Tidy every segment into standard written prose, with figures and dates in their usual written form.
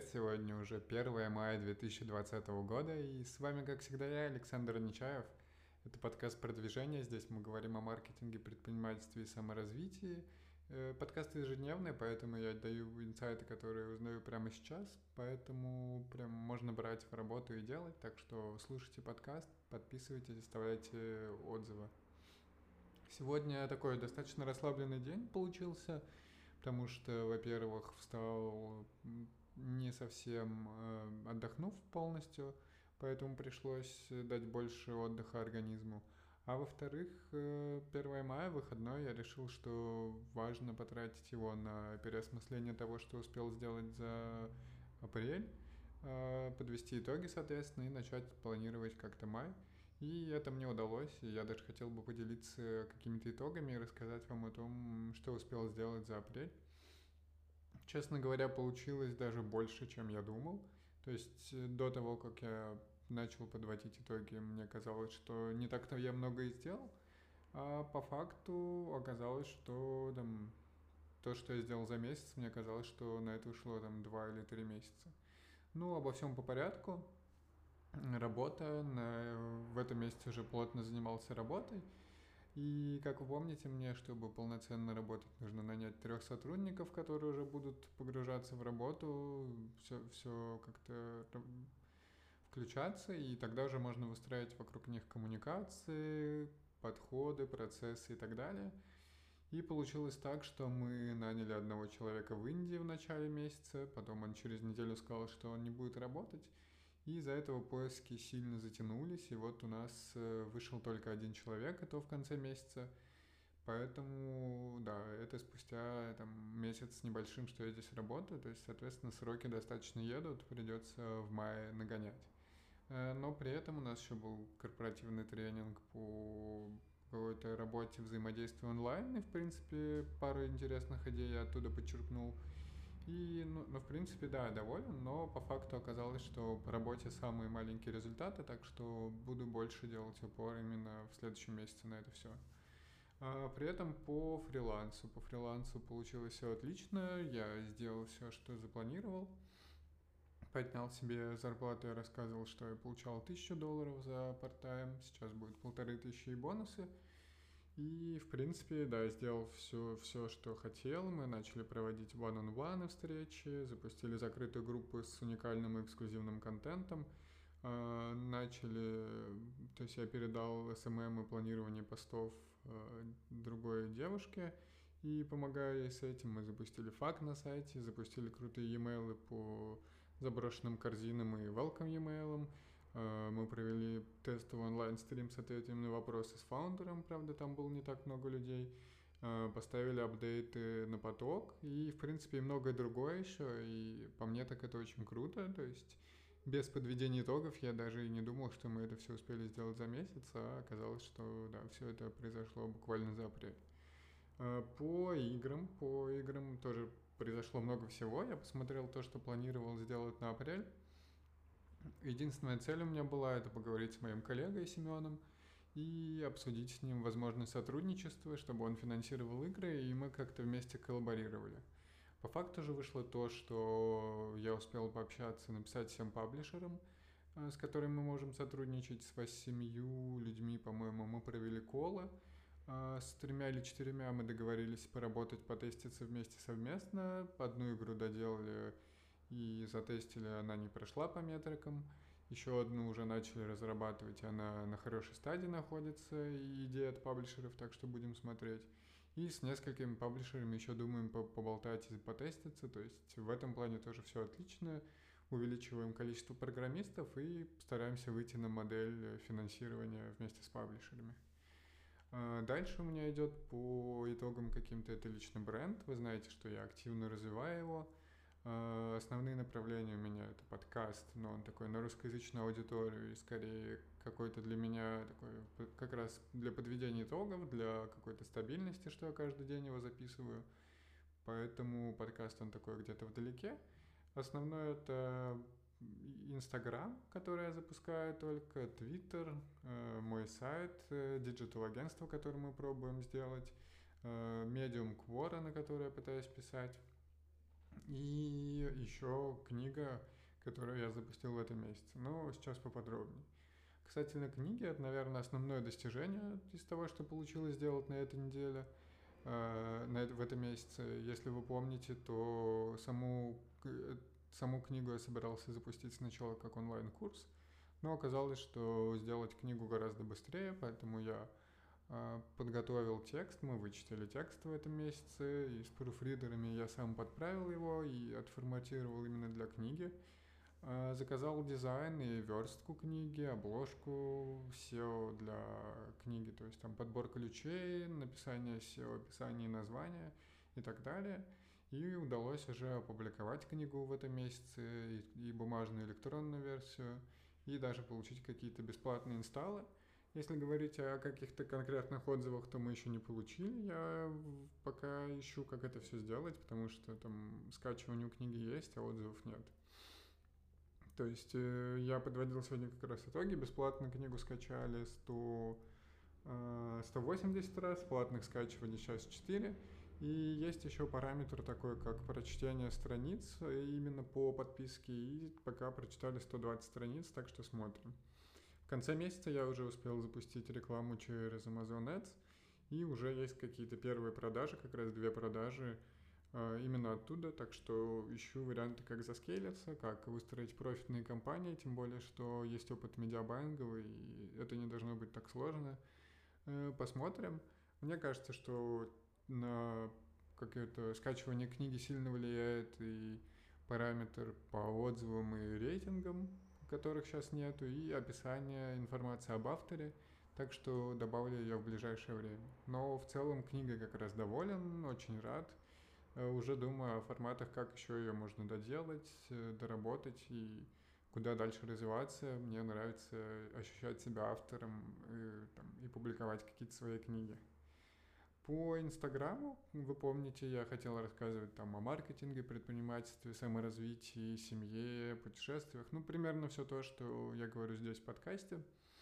Сегодня уже 1 мая 2020 года, и с вами, как всегда, я, Александр Нечаев. Это подкаст продвижения. Здесь мы говорим о маркетинге, предпринимательстве и саморазвитии. Подкаст ежедневный, поэтому я даю инсайты, которые узнаю прямо сейчас. Поэтому прям можно брать в работу и делать. Так что слушайте подкаст, подписывайтесь, оставляйте отзывы. Сегодня такой достаточно расслабленный день получился, потому что, во-первых, встал не совсем отдохнув полностью, поэтому пришлось дать больше отдыха организму. А во-вторых, 1 мая, выходной, я решил, что важно потратить его на переосмысление того, что успел сделать за апрель, подвести итоги, соответственно, и начать планировать как-то май. И это мне удалось, и я даже хотел бы поделиться какими-то итогами и рассказать вам о том, что успел сделать за апрель. Честно говоря, получилось даже больше, чем я думал. То есть до того, как я начал подводить итоги, мне казалось, что не так-то я много и сделал. А по факту оказалось, что там то, что я сделал за месяц, мне казалось, что на это ушло там 2 или 3 месяца. Ну, обо всем по порядку. Работа. В этом месяце уже плотно занимался работой. И, как вы помните мне, чтобы полноценно работать, нужно нанять 3 сотрудников, которые уже будут погружаться в работу, все как-то включаться, и тогда уже можно выстраивать вокруг них коммуникации, подходы, процессы и так далее. И получилось так, что мы наняли одного человека в Индии в начале месяца, потом он через неделю сказал, что он не будет работать, и из-за этого поиски сильно затянулись, и вот у нас вышел только один человек, и то в конце месяца. Поэтому, да, это спустя там, месяц с небольшим, что я здесь работаю, то есть, соответственно, сроки достаточно едут, придется в мае нагонять. Но при этом у нас еще был корпоративный тренинг по какой-то работе взаимодействия онлайн, и, в принципе, пару интересных идей я оттуда подчеркнул. И, в принципе, да, доволен, но по факту оказалось, что по работе самые маленькие результаты, так что буду больше делать упор именно в следующем месяце на это все. При этом по фрилансу получилось все отлично, я сделал все, что запланировал, поднял себе зарплату, я рассказывал, что я получал $1000 за парт-тайм, сейчас будет 1500 и бонусы. И, в принципе, да, сделал все, что хотел. Мы начали проводить one-on-one встречи, запустили закрытую группу с уникальным и эксклюзивным контентом. То есть я передал SMM и планирование постов другой девушке и помогаю ей с этим. Мы запустили факт на сайте, запустили крутые e-mail по заброшенным корзинам и welcome e-mail. Мы провели тестовый онлайн-стрим с ответами на вопросы с фаундером, правда, там было не так много людей. Поставили апдейты на поток и, в принципе, и многое другое еще. И по мне так это очень круто. То есть без подведения итогов я даже и не думал, что мы это все успели сделать за месяц, а оказалось, что да, все это произошло буквально за апрель. По играм тоже произошло много всего. Я посмотрел то, что планировал сделать на апрель. Единственная цель у меня была это поговорить с моим коллегой Семеном и обсудить с ним возможность сотрудничества, чтобы он финансировал игры, и мы как-то вместе коллаборировали. По факту же вышло то, что я успел пообщаться, написать всем паблишерам, с которыми мы можем сотрудничать, с 8 людьми, по-моему, мы провели колы. С 3 или 4 мы договорились поработать, потеститься вместе совместно. Одну игру доделали и затестили, она не прошла по метрикам. Еще одну уже начали разрабатывать, она на хорошей стадии находится, и идея от паблишеров, так что будем смотреть. И с несколькими паблишерами еще думаем поболтать и потеститься, то есть в этом плане тоже все отлично. Увеличиваем количество программистов и стараемся выйти на модель финансирования вместе с паблишерами. Дальше у меня идет по итогам каким-то это личный бренд. Вы знаете, что я активно развиваю его. Основные направления у меня это подкаст, но он такой на русскоязычную аудиторию и скорее какой-то для меня такой как раз для подведения итогов, для какой-то стабильности, что я каждый день его записываю. Поэтому подкаст он такой где-то вдалеке. Основное это Инстаграм, который я запускаю только, Твиттер, мой сайт, диджитал-агентство, которое мы пробуем сделать, медиум Quora, на который я пытаюсь писать. И еще книга, которую я запустил в этом месяце. Но сейчас поподробнее. Касательно книги, это, наверное, основное достижение из того, что получилось сделать на этой неделе, в этом месяце. Если вы помните, то саму книгу я собирался запустить сначала как онлайн-курс, но оказалось, что сделать книгу гораздо быстрее, поэтому я подготовил текст, мы вычитали текст в этом месяце, и с пруфридерами я сам подправил его и отформатировал именно для книги. Заказал дизайн и верстку книги, обложку, SEO для книги, то есть там подбор ключей, написание SEO, описание и названия и так далее. И удалось уже опубликовать книгу в этом месяце, и бумажную, и электронную версию, и даже получить какие-то бесплатные инсталлы. Если говорить о каких-то конкретных отзывах, то мы еще не получили. Я пока ищу, как это все сделать, потому что там скачивание у книги есть, а отзывов нет. То есть я подводил сегодня как раз итоги. Бесплатно книгу скачали 180 раз, платных скачиваний сейчас 4. И есть еще параметр такой, как прочтение страниц именно по подписке. И пока прочитали 120 страниц, так что смотрим. В конце месяца я уже успел запустить рекламу через Amazon Ads. И уже есть какие-то первые продажи, как раз 2 продажи именно оттуда, так что ищу варианты, как заскейлиться, как выстроить профитные кампании, тем более, что есть опыт медиабайингов, и это не должно быть так сложно. Посмотрим. Мне кажется, что на какое-то скачивание книги сильно влияет и параметр по отзывам и рейтингам, которых сейчас нету, и описание информации об авторе, так что добавлю ее в ближайшее время. Но в целом книга как раз доволен, очень рад. Уже думаю о форматах, как еще ее можно доделать, доработать и куда дальше развиваться. Мне нравится ощущать себя автором и публиковать какие-то свои книги. По Инстаграму, вы помните, я хотел рассказывать там о маркетинге, предпринимательстве, саморазвитии, семье, путешествиях. Ну, примерно все то, что я говорю здесь в подкасте.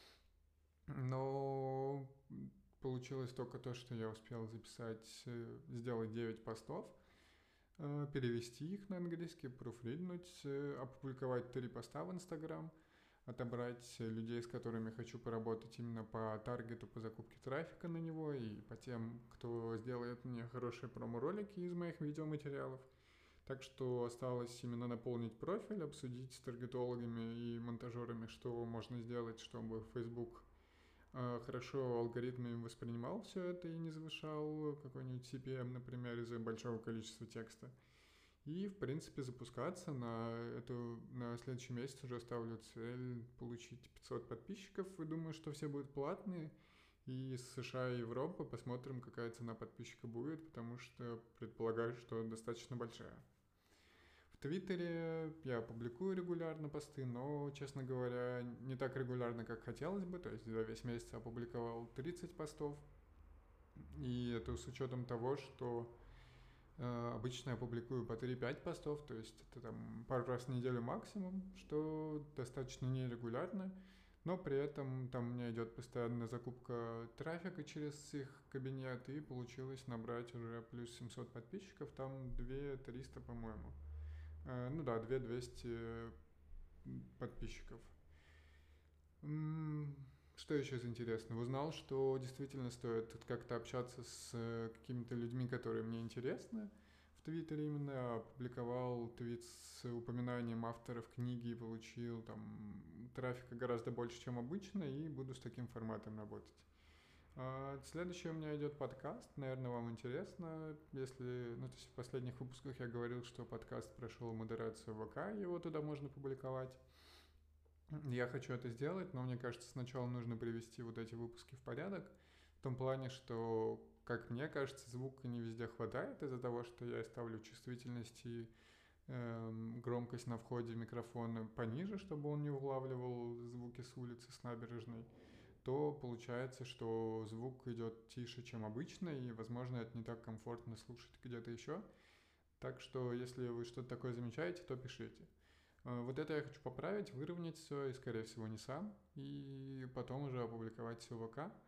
Но получилось только то, что я успел сделать 9 постов, перевести их на английский, пруфриднуть, опубликовать 3 поста в Инстаграм, отобрать людей, с которыми хочу поработать именно по таргету, по закупке трафика на него и по тем, кто сделает мне хорошие промо-ролики из моих видеоматериалов. Так что осталось именно наполнить профиль, обсудить с таргетологами и монтажерами, что можно сделать, чтобы Facebook хорошо алгоритмами воспринимал все это и не завышал какой-нибудь CPM, например, из-за большого количества текста. И, в принципе, запускаться на следующий месяц уже ставлю цель получить 500 подписчиков. И думаю, что все будут платные. И из США и Европы посмотрим, какая цена подписчика будет, потому что предполагаю, что достаточно большая. В Твиттере я публикую регулярно посты, но, честно говоря, не так регулярно, как хотелось бы. То есть за весь месяц опубликовал 30 постов. И это с учетом того, что обычно я публикую по 3-5 постов, то есть это там пару раз в неделю максимум, что достаточно нерегулярно, но при этом там у меня идет постоянная закупка трафика через их кабинет, и получилось набрать уже плюс 700 подписчиков, там 2300, по-моему. Ну да, 2200 подписчиков. Что еще из интересного? Узнал, что действительно стоит как-то общаться с какими-то людьми, которые мне интересны. В Твиттере именно опубликовал твит с упоминанием авторов книги и получил там трафика гораздо больше, чем обычно, и буду с таким форматом работать. Следующий у меня идет подкаст, наверное, вам интересно. То есть в последних выпусках я говорил, что подкаст прошел модерацию ВК, его туда можно публиковать. Я хочу это сделать, но мне кажется, сначала нужно привести вот эти выпуски в порядок. В том плане, что, как мне кажется, звука не везде хватает из-за того, что я ставлю чувствительность и громкость на входе микрофона пониже, чтобы он не улавливал звуки с улицы, с набережной. То получается, что звук идет тише, чем обычно, и, возможно, это не так комфортно слушать где-то еще. Так что, если вы что-то такое замечаете, то пишите. Вот это я хочу поправить, выровнять все, и, скорее всего, не сам, и потом уже опубликовать все в ВК.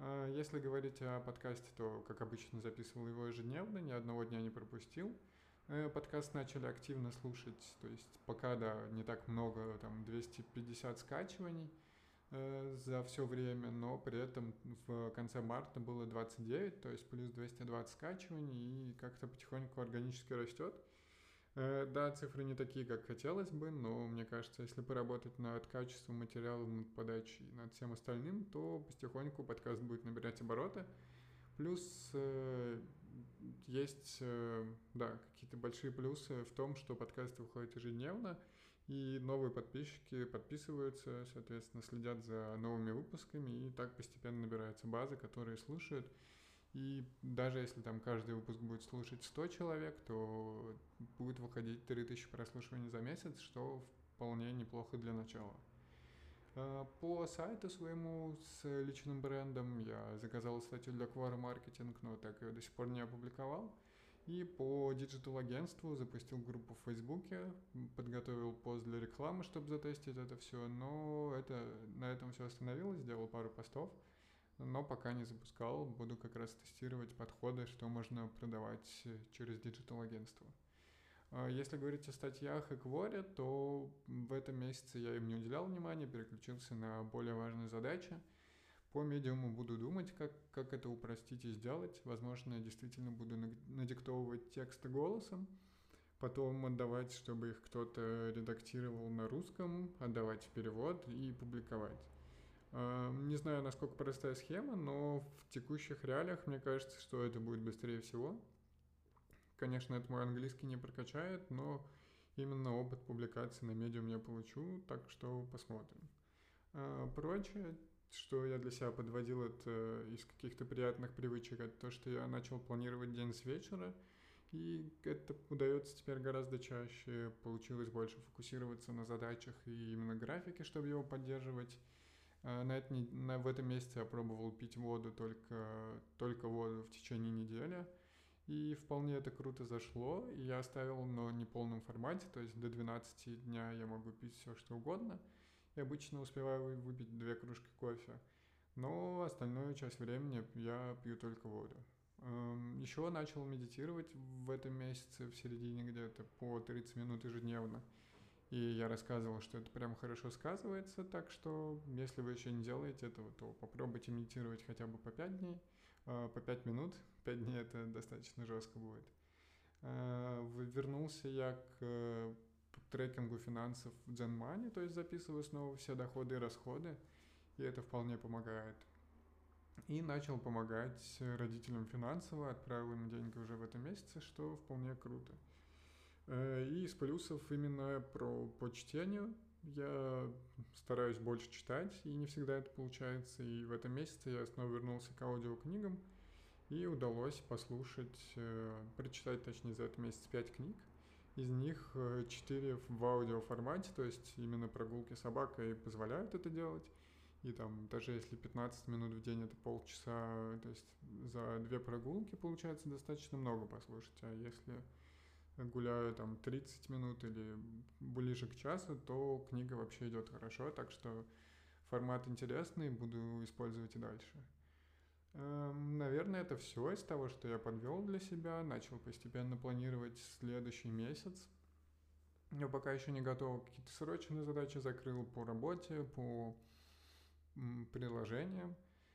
Если говорить о подкасте, то, как обычно, записывал его ежедневно, ни одного дня не пропустил. Подкаст начали активно слушать, то есть пока, да, не так много, там 250 скачиваний за все время, но при этом в конце марта было 29, то есть плюс 220 скачиваний, и как-то потихоньку органически растет. Да, цифры не такие, как хотелось бы, но мне кажется, если поработать над качеством материала, над подачей, над всем остальным, то потихоньку подкаст будет набирать обороты. Плюс есть, да, какие-то большие плюсы в том, что подкасты выходят ежедневно, и новые подписчики подписываются, соответственно, следят за новыми выпусками, и так постепенно набирается база, которые слушают. И даже если там каждый выпуск будет слушать 100 человек, то будет выходить 3000 прослушиваний за месяц, что вполне неплохо для начала. По сайту своему с личным брендом я заказал статью для Quora Marketing, но так ее до сих пор не опубликовал. И по диджитал-агентству запустил группу в Фейсбуке, подготовил пост для рекламы, чтобы затестить это все, но на этом все остановилось, сделал пару постов, но пока не запускал, буду как раз тестировать подходы, что можно продавать через диджитал-агентство. Если говорить о статьях и Quora, то в этом месяце я им не уделял внимания, переключился на более важные задачи. По медиуму буду думать, как это упростить и сделать. Возможно, я действительно буду надиктовывать тексты голосом, потом отдавать, чтобы их кто-то редактировал на русском, отдавать в перевод и публиковать. Не знаю, насколько простая схема, но в текущих реалиях мне кажется, что это будет быстрее всего. Конечно, это мой английский не прокачает, но именно опыт публикации на медиум я получу, так что посмотрим. Прочее, что я для себя подводил это из каких-то приятных привычек, это то, что я начал планировать день с вечера, и это удается теперь гораздо чаще, получилось больше фокусироваться на задачах и именно графике, чтобы его поддерживать. В этом месяце я пробовал пить воду, только воду в течение недели, и вполне это круто зашло, и я оставил, но не в полном формате, то есть до 12 дня я могу пить все что угодно, и обычно успеваю выпить 2 кружки кофе, но остальную часть времени я пью только воду. Еще начал медитировать в этом месяце, в середине где-то по 30 минут ежедневно, и я рассказывал, что это прям хорошо сказывается, так что если вы еще не делаете этого, то попробуйте медитировать хотя бы по 5 дней, по 5 минут. 5 дней это достаточно жестко будет. Вернулся я к трекингу финансов в Zen Money, то есть записываю снова все доходы и расходы, и это вполне помогает. И начал помогать родителям финансово, отправил им деньги уже в этом месяце, что вполне круто. И из плюсов именно по чтению. Я стараюсь больше читать, и не всегда это получается. И в этом месяце я снова вернулся к аудиокнигам, и удалось прочитать, точнее, за этот месяц 5 книг. Из них 4 в аудиоформате, то есть именно прогулки с собакой позволяют это делать. И там даже если 15 минут в день это полчаса, то есть за 2 прогулки получается достаточно много послушать. А если гуляю там 30 минут или ближе к часу, то книга вообще идет хорошо, так что формат интересный, буду использовать и дальше. Наверное, это все из того, что я подвел для себя. Начал постепенно планировать следующий месяц. Я пока еще не готов. Какие-то срочные задачи закрыл по работе, по приложениям.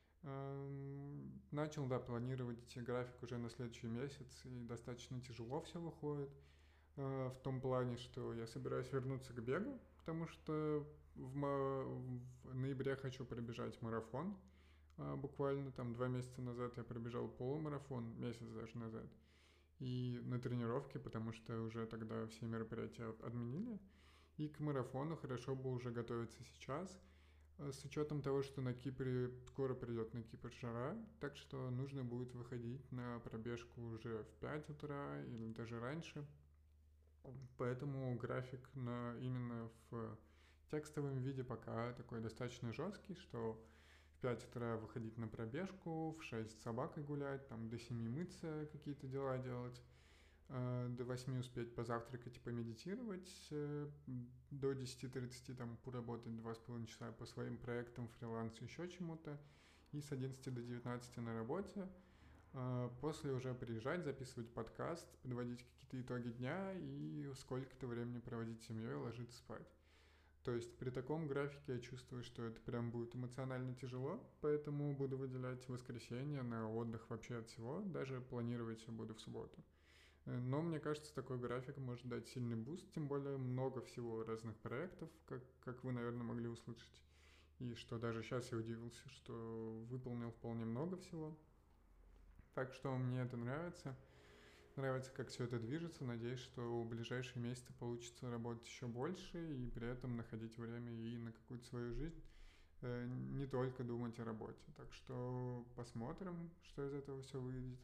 Начал, да, планировать график уже на следующий месяц, и достаточно тяжело все выходит. В том плане, что я собираюсь вернуться к бегу, потому что в ноябре хочу пробежать марафон. Буквально там 2 месяца назад я пробежал полумарафон, месяц даже назад. И на тренировке, потому что уже тогда все мероприятия отменили. И к марафону хорошо бы уже готовиться сейчас, с учетом того, что на Кипре скоро придет на Кипр жара, так что нужно будет выходить на пробежку уже в 5 утра или даже раньше. Поэтому график именно в текстовом виде пока такой достаточно жесткий, что в 5 утра выходить на пробежку, в 6 с собакой гулять, там до 7 мыться, какие-то дела делать, до 8 успеть позавтракать и помедитировать, до 10:30 там поработать 2,5 часа по своим проектам, фрилансу, еще чему-то, и с 11 до 19 на работе. после уже приезжать, записывать подкаст, подводить какие-то итоги дня и сколько-то времени проводить с семьей, ложиться спать. То есть при таком графике я чувствую, что это прям будет эмоционально тяжело, поэтому буду выделять воскресенье на отдых вообще от всего, даже планировать все буду в субботу. Но мне кажется, такой график может дать сильный буст, тем более много всего разных проектов, как вы, наверное, могли услышать. И что даже сейчас я удивился, что выполнил вполне много всего. Так что мне это нравится. Нравится, как все это движется. Надеюсь, что в ближайшие месяцы получится работать еще больше и при этом находить время и на какую-то свою жизнь. Не только думать о работе. Так что посмотрим, что из этого все выйдет.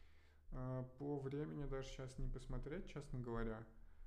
По времени даже сейчас не посмотреть, честно говоря.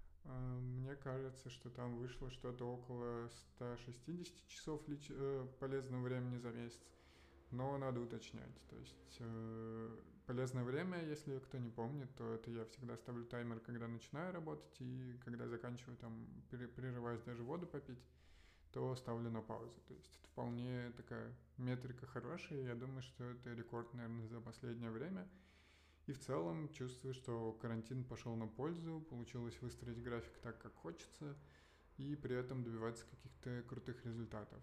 Мне кажется, что там вышло что-то около 160 часов полезного времени за месяц. Но надо уточнять. То есть полезное время, если кто не помнит, то это я всегда ставлю таймер, когда начинаю работать, и когда заканчиваю, там, прерываюсь даже воду попить, то ставлю на паузу. То есть это вполне такая метрика хорошая, я думаю, что это рекорд, наверное, за последнее время. И в целом чувствую, что карантин пошел на пользу, получилось выстроить график так, как хочется, и при этом добиваться каких-то крутых результатов.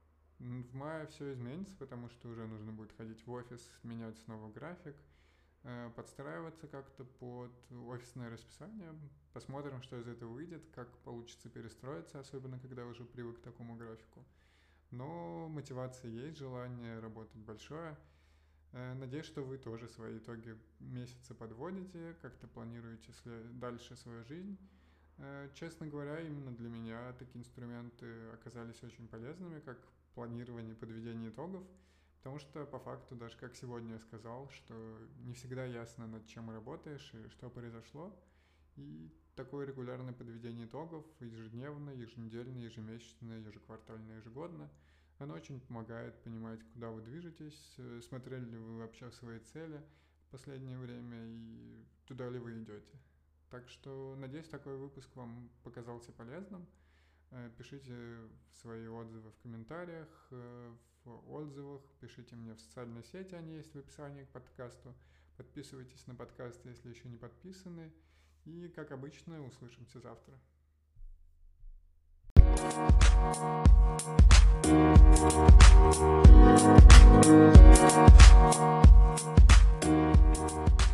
В мае все изменится, потому что уже нужно будет ходить в офис, менять снова график, подстраиваться как-то под офисное расписание. Посмотрим, что из этого выйдет, как получится перестроиться, особенно когда уже привык к такому графику. Но мотивация есть, желание работать большое. Надеюсь, что вы тоже свои итоги месяца подводите, как-то планируете дальше свою жизнь. Честно говоря, именно для меня такие инструменты оказались очень полезными, как планирование, подведение итогов, потому что по факту, даже как сегодня я сказал, что не всегда ясно, над чем работаешь и что произошло, и такое регулярное подведение итогов ежедневно, еженедельно, ежемесячно, ежеквартально, ежегодно, оно очень помогает понимать, куда вы движетесь, смотрели ли вы вообще свои цели в последнее время и туда ли вы идете. Так что, надеюсь, такой выпуск вам показался полезным. Пишите свои отзывы в комментариях, в отзывах, пишите мне в социальной сети, они есть в описании к подкасту. Подписывайтесь на подкаст, если еще не подписаны. И, как обычно, услышимся завтра. Thank you.